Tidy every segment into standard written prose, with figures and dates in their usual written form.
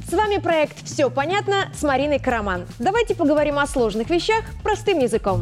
С вами проект «Все понятно» с Мариной Караман. Давайте поговорим о сложных вещах простым языком.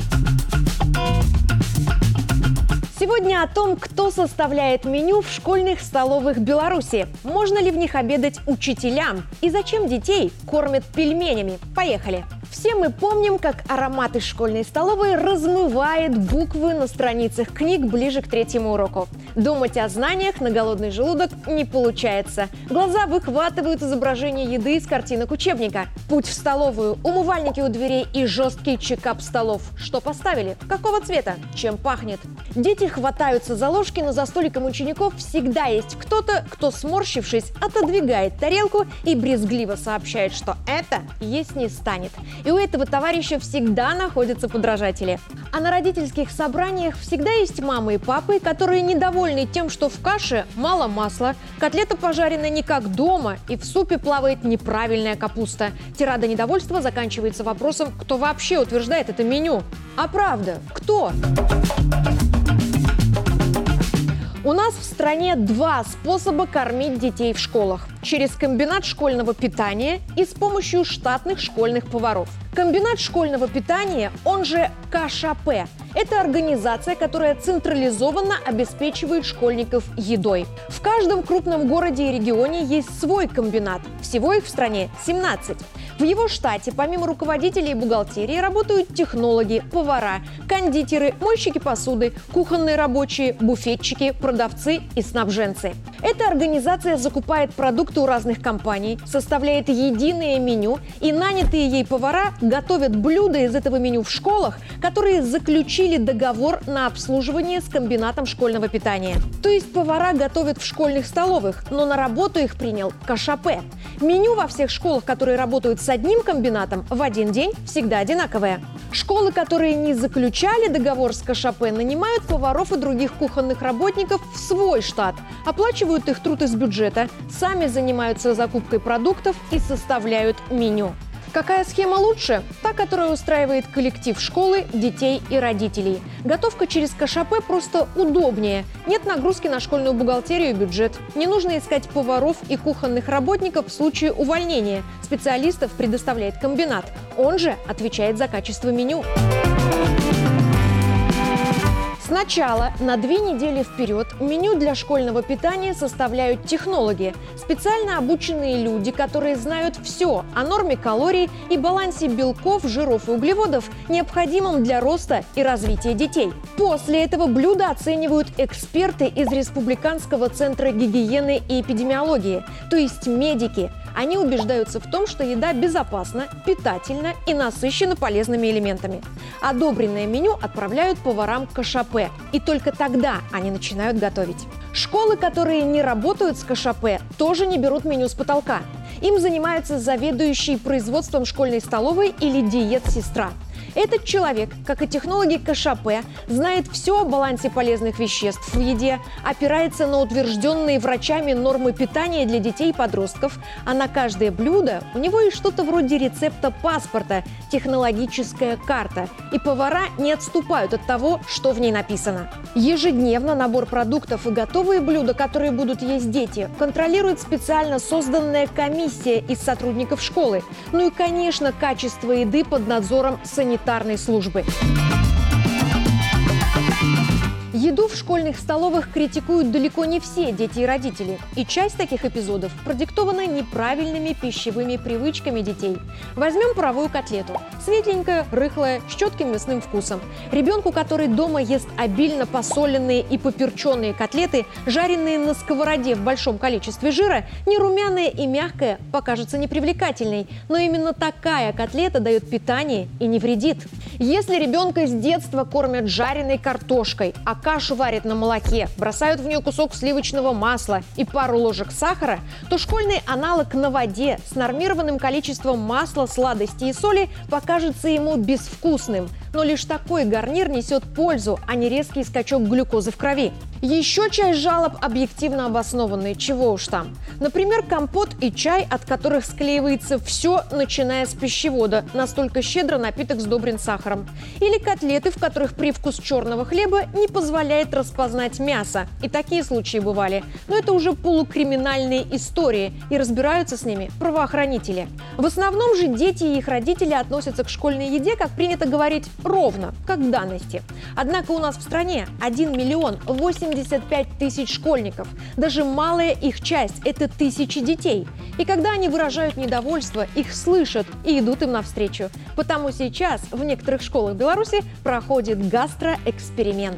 Сегодня о том, кто составляет меню в школьных столовых Беларуси. Можно ли в них обедать учителям? И зачем детей кормят пельменями? Поехали! Все мы помним, как аромат из школьной столовой размывает буквы на страницах книг ближе к третьему уроку. Думать о знаниях на голодный желудок не получается. Глаза выхватывают изображение еды из картинок учебника. Путь в столовую, умывальники у дверей и жесткий чекап столов. Что поставили? Какого цвета? Чем пахнет? Дети хватаются за ложки, но за столиком учеников всегда есть кто-то, кто, сморщившись, отодвигает тарелку и брезгливо сообщает, что это есть не станет. И у этого товарища всегда находятся подражатели. А на родительских собраниях всегда есть мамы и папы, которые недовольны тем, что в каше мало масла, котлета пожарена не как дома и в супе плавает неправильная капуста. Тирада недовольства заканчивается вопросом, кто вообще утверждает это меню. А правда, кто? У нас в стране два способа кормить детей в школах. Через комбинат школьного питания и с помощью штатных школьных поваров. Комбинат школьного питания, он же КШП, это организация, которая централизованно обеспечивает школьников едой. В каждом крупном городе и регионе есть свой комбинат. Всего их в стране 17. В его штате, помимо руководителей и бухгалтерии, работают технологи, повара, кондитеры, мойщики посуды, кухонные рабочие, буфетчики, продавцы и снабженцы. Эта организация закупает продукты у разных компаний, составляет единое меню, и нанятые ей повара готовят блюда из этого меню в школах, которые заключили договор на обслуживание с комбинатом школьного питания. То есть повара готовят в школьных столовых, но на работу их принял КШП. Меню во всех школах, которые работают с одним комбинатом, в один день всегда одинаковое. Школы, которые не заключали договор с КШП, нанимают поваров и других кухонных работников в свой штат, оплачивают их труд из бюджета, сами занимаются закупкой продуктов и составляют меню. Какая схема лучше? Та, которая устраивает коллектив школы, детей и родителей. Готовка через КШП просто удобнее. Нет нагрузки на школьную бухгалтерию и бюджет. Не нужно искать поваров и кухонных работников в случае увольнения. Специалистов предоставляет комбинат. Он же отвечает за качество меню. Сначала на 2 недели вперед меню для школьного питания составляют технологи, специально обученные люди, которые знают все о норме калорий и балансе белков, жиров и углеводов, необходимом для роста и развития детей. После этого блюда оценивают эксперты из Республиканского центра гигиены и эпидемиологии, то есть медики. Они убеждаются в том, что еда безопасна, питательна и насыщена полезными элементами. Одобренное меню отправляют поварам КШП, и только тогда они начинают готовить. Школы, которые не работают с КШП, тоже не берут меню с потолка. Им занимается заведующий производством школьной столовой или диет-сестра. Этот человек, как и технологи КШП, знает все о балансе полезных веществ в еде, опирается на утвержденные врачами нормы питания для детей и подростков, а на каждое блюдо у него есть что-то вроде рецепта паспорта, технологическая карта, и повара не отступают от того, что в ней написано. Ежедневно набор продуктов и готовые блюда, которые будут есть дети, контролирует специально созданная комиссия из сотрудников школы. Ну и, конечно, качество еды под надзором санитарной службы. Еду в школьных столовых критикуют далеко не все дети и родители. И часть таких эпизодов продиктована неправильными пищевыми привычками детей. Возьмем паровую котлету. Светленькая, рыхлая, с четким мясным вкусом. Ребенку, который дома ест обильно посоленные и поперченные котлеты, жареные на сковороде в большом количестве жира, нерумяная и мягкая покажется непривлекательной. Но именно такая котлета дает питание и не вредит. Если ребенка с детства кормят жареной картошкой, а кашу варят на молоке, бросают в нее кусок сливочного масла и пару ложек сахара, то школьный аналог на воде с нормированным количеством масла, сладостей и соли покажется ему безвкусным. Но лишь такой гарнир несет пользу, а не резкий скачок глюкозы в крови. Еще часть жалоб объективно обоснованные, чего уж там. Например, компот и чай, от которых склеивается все, начиная с пищевода. Настолько щедро напиток сдобрен сахаром. Или котлеты, в которых привкус черного хлеба не позволяет распознать мясо. И такие случаи бывали. Но это уже полукриминальные истории, и разбираются с ними правоохранители. В основном же дети и их родители относятся к школьной еде, как принято говорить, ровно, как к данности. Однако у нас в стране 1 миллион 85 тысяч школьников. Даже малая их часть – это тысячи детей. И когда они выражают недовольство, их слышат и идут им навстречу. Потому сейчас в некоторых школах Беларуси проходит гастроэксперимент.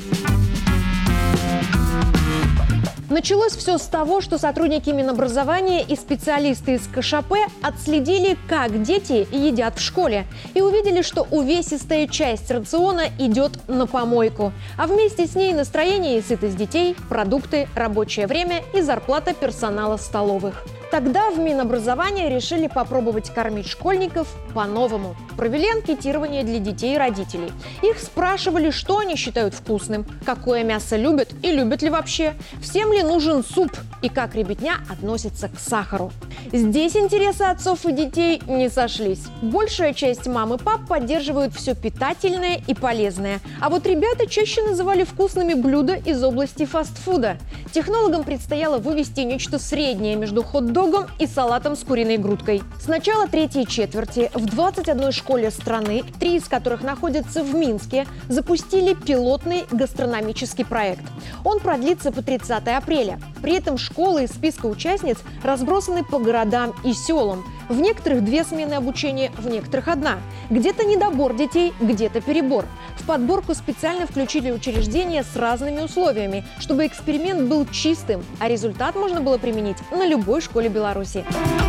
Началось все с того, что сотрудники Минобразования и специалисты из КШП отследили, как дети едят в школе, и увидели, что увесистая часть рациона идет на помойку, а вместе с ней настроение и сытость детей, продукты, рабочее время и зарплата персонала столовых. Тогда в Минобразовании решили попробовать кормить школьников по-новому. Провели анкетирование для детей и родителей. Их спрашивали, что они считают вкусным, какое мясо любят и любят ли вообще, всем ли нужен суп и как ребятня относится к сахару. Здесь интересы отцов и детей не сошлись. Большая часть мам и пап поддерживают все питательное и полезное, а вот ребята чаще называли вкусными блюда из области фастфуда. Технологам предстояло вывести нечто среднее между хот-догом и салатом с куриной грудкой. С начала третьей четверти в 21 школе страны, 3 из которых находятся в Минске, запустили пилотный гастрономический проект. Он продлится по 30 апреля. При этом школы из списка участниц разбросаны по городам и селам. В некоторых 2 смены обучения, в некоторых 1. Где-то недобор детей, где-то перебор. В подборку специально включили учреждения с разными условиями, чтобы эксперимент был чистым, а результат можно было применить на любой школе Беларуси.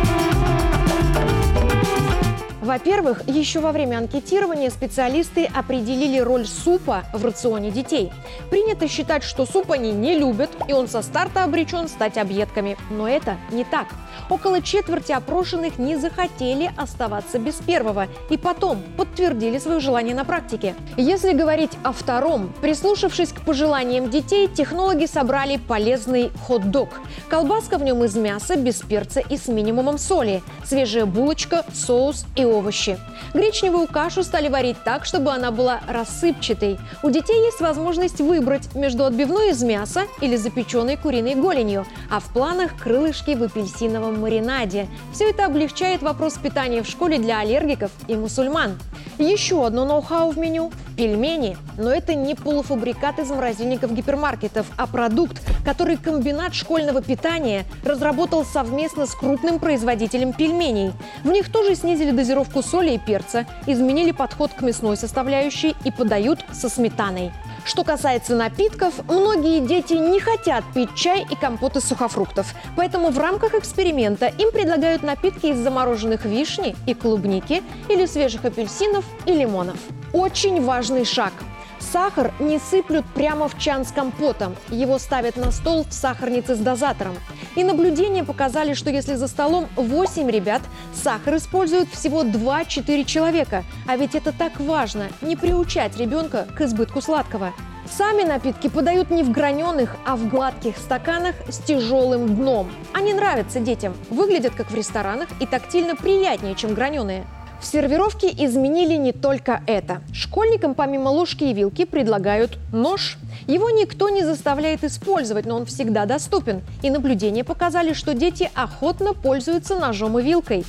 Во-первых, еще во время анкетирования специалисты определили роль супа в рационе детей. Принято считать, что суп они не любят, и он со старта обречен стать объедками. Но это не так. Около четверти опрошенных не захотели оставаться без первого и потом подтвердили свое желание на практике. Если говорить о втором, прислушавшись к пожеланиям детей, технологи собрали полезный хот-дог. Колбаска в нем из мяса, без перца и с минимумом соли, свежая булочка, соус и овощи. Гречневую кашу стали варить так, чтобы она была рассыпчатой. У детей есть возможность выбрать между отбивной из мяса или запеченной куриной голенью, а в планах крылышки в апельсиновом маринаде. Все это облегчает вопрос питания в школе для аллергиков и мусульман. Еще одно ноу-хау в меню – пельмени. Но это не полуфабрикат из морозильников гипермаркетов, а продукт, который комбинат школьного питания разработал совместно с крупным производителем пельменей. В них тоже снизили дозировку соли и перца, изменили подход к мясной составляющей и подают со сметаной. Что касается напитков, многие дети не хотят пить чай и компот из сухофруктов. Поэтому в рамках эксперимента им предлагают напитки из замороженных вишни и клубники или свежих апельсинов и лимонов. Очень важный шаг. Сахар не сыплют прямо в чан с компотом. Его ставят на стол в сахарнице с дозатором. И наблюдения показали, что если за столом 8 ребят, сахар используют всего 2-4 человека. А ведь это так важно – не приучать ребенка к избытку сладкого. Сами напитки подают не в граненых, а в гладких стаканах с тяжелым дном. Они нравятся детям, выглядят как в ресторанах и тактильно приятнее, чем граненые. В сервировке изменили не только это. Школьникам помимо ложки и вилки предлагают нож. Его никто не заставляет использовать, но он всегда доступен. И наблюдения показали, что дети охотно пользуются ножом и вилкой.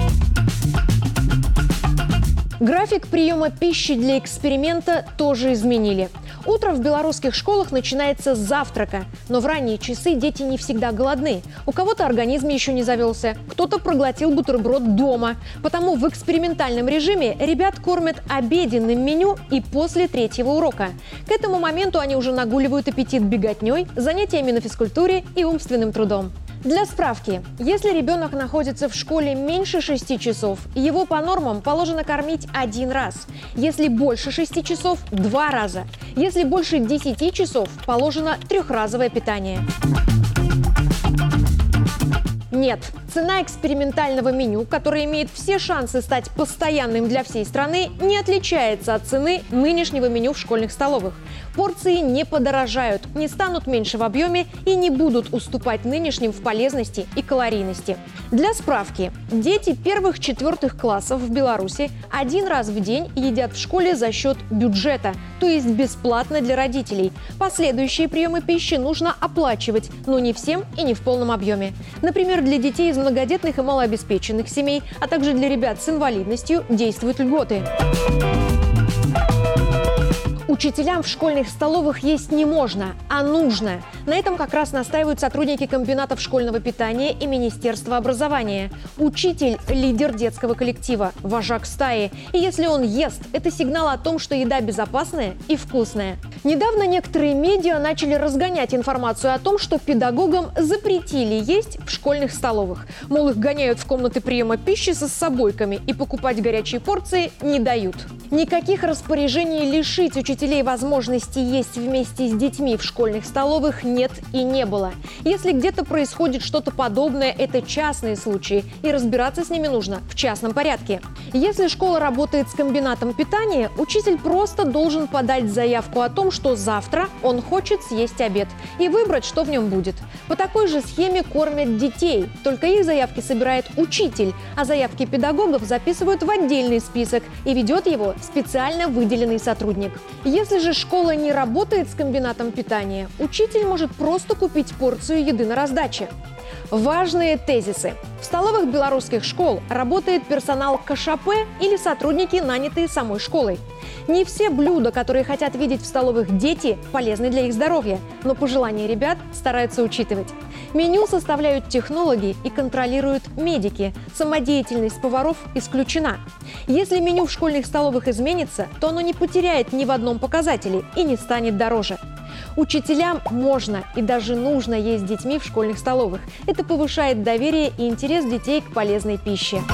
График приема пищи для эксперимента тоже изменили. Утро в белорусских школах начинается с завтрака, но в ранние часы дети не всегда голодны. У кого-то организм еще не завелся, кто-то проглотил бутерброд дома. Потому в экспериментальном режиме ребят кормят обеденным меню и после 3-го урока. К этому моменту они уже нагуливают аппетит беготней, занятиями на физкультуре и умственным трудом. Для справки, если ребенок находится в школе меньше 6 часов, его по нормам положено кормить 1 раз. Если больше 6 часов – 2 раза. Если больше 10 часов, положено 3-разовое питание. Нет, Цена экспериментального меню, которое имеет все шансы стать постоянным для всей страны, не отличается от цены нынешнего меню в школьных столовых. Порции не подорожают, не станут меньше в объеме и не будут уступать нынешним в полезности и калорийности. Для справки, дети первых-четвертых классов в Беларуси один раз в день едят в школе за счет бюджета, то есть бесплатно для родителей. Последующие приемы пищи нужно оплачивать, но не всем и не в полном объеме. Например, для детей из многодетных и малообеспеченных семей, а также для ребят с инвалидностью действуют льготы. Учителям в школьных столовых есть не можно, а нужно. На этом как раз настаивают сотрудники комбинатов школьного питания и Министерства образования. Учитель – лидер детского коллектива, вожак стаи. И если он ест, это сигнал о том, что еда безопасная и вкусная. Недавно некоторые медиа начали разгонять информацию о том, что педагогам запретили есть в школьных столовых. Мол, их гоняют в комнаты приема пищи со собойками и покупать горячие порции не дают. Никаких распоряжений лишить учителей возможности есть вместе с детьми в школьных столовых нет и не было. Если где-то происходит что-то подобное, это частные случаи, и разбираться с ними нужно в частном порядке. Если школа работает с комбинатом питания, учитель просто должен подать заявку о том, что завтра он хочет съесть обед, и выбрать, что в нем будет. По такой же схеме кормят детей, только их заявки собирает учитель, а заявки педагогов записывают в отдельный список и ведет его специально выделенный сотрудник. Если же школа не работает с комбинатом питания, учитель может просто купить порцию еды на раздаче. Важные тезисы. В столовых белорусских школ работает персонал КШП или сотрудники, нанятые самой школой. Не все блюда, которые хотят видеть в столовых дети, полезны для их здоровья, но пожелания ребят стараются учитывать. Меню составляют технологи и контролируют медики. Самодеятельность поваров исключена. Если меню в школьных столовых изменится, то оно не потеряет ни в одном показателе и не станет дороже. Учителям можно и даже нужно есть с детьми в школьных столовых. Это повышает доверие и интерес детей к полезной пище.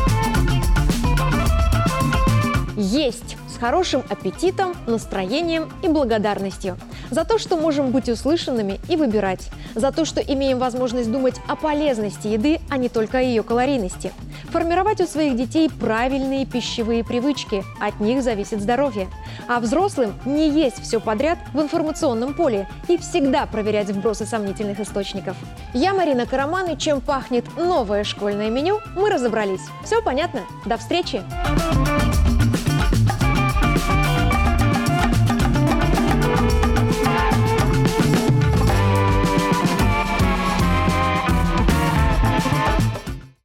Есть с хорошим аппетитом, настроением и благодарностью. За то, что можем быть услышанными и выбирать. За то, что имеем возможность думать о полезности еды, а не только о ее калорийности. Формировать у своих детей правильные пищевые привычки. От них зависит здоровье. А взрослым не есть все подряд в информационном поле и всегда проверять вбросы сомнительных источников. Я Марина Караман, и чем пахнет новое школьное меню, мы разобрались. Все понятно? До встречи!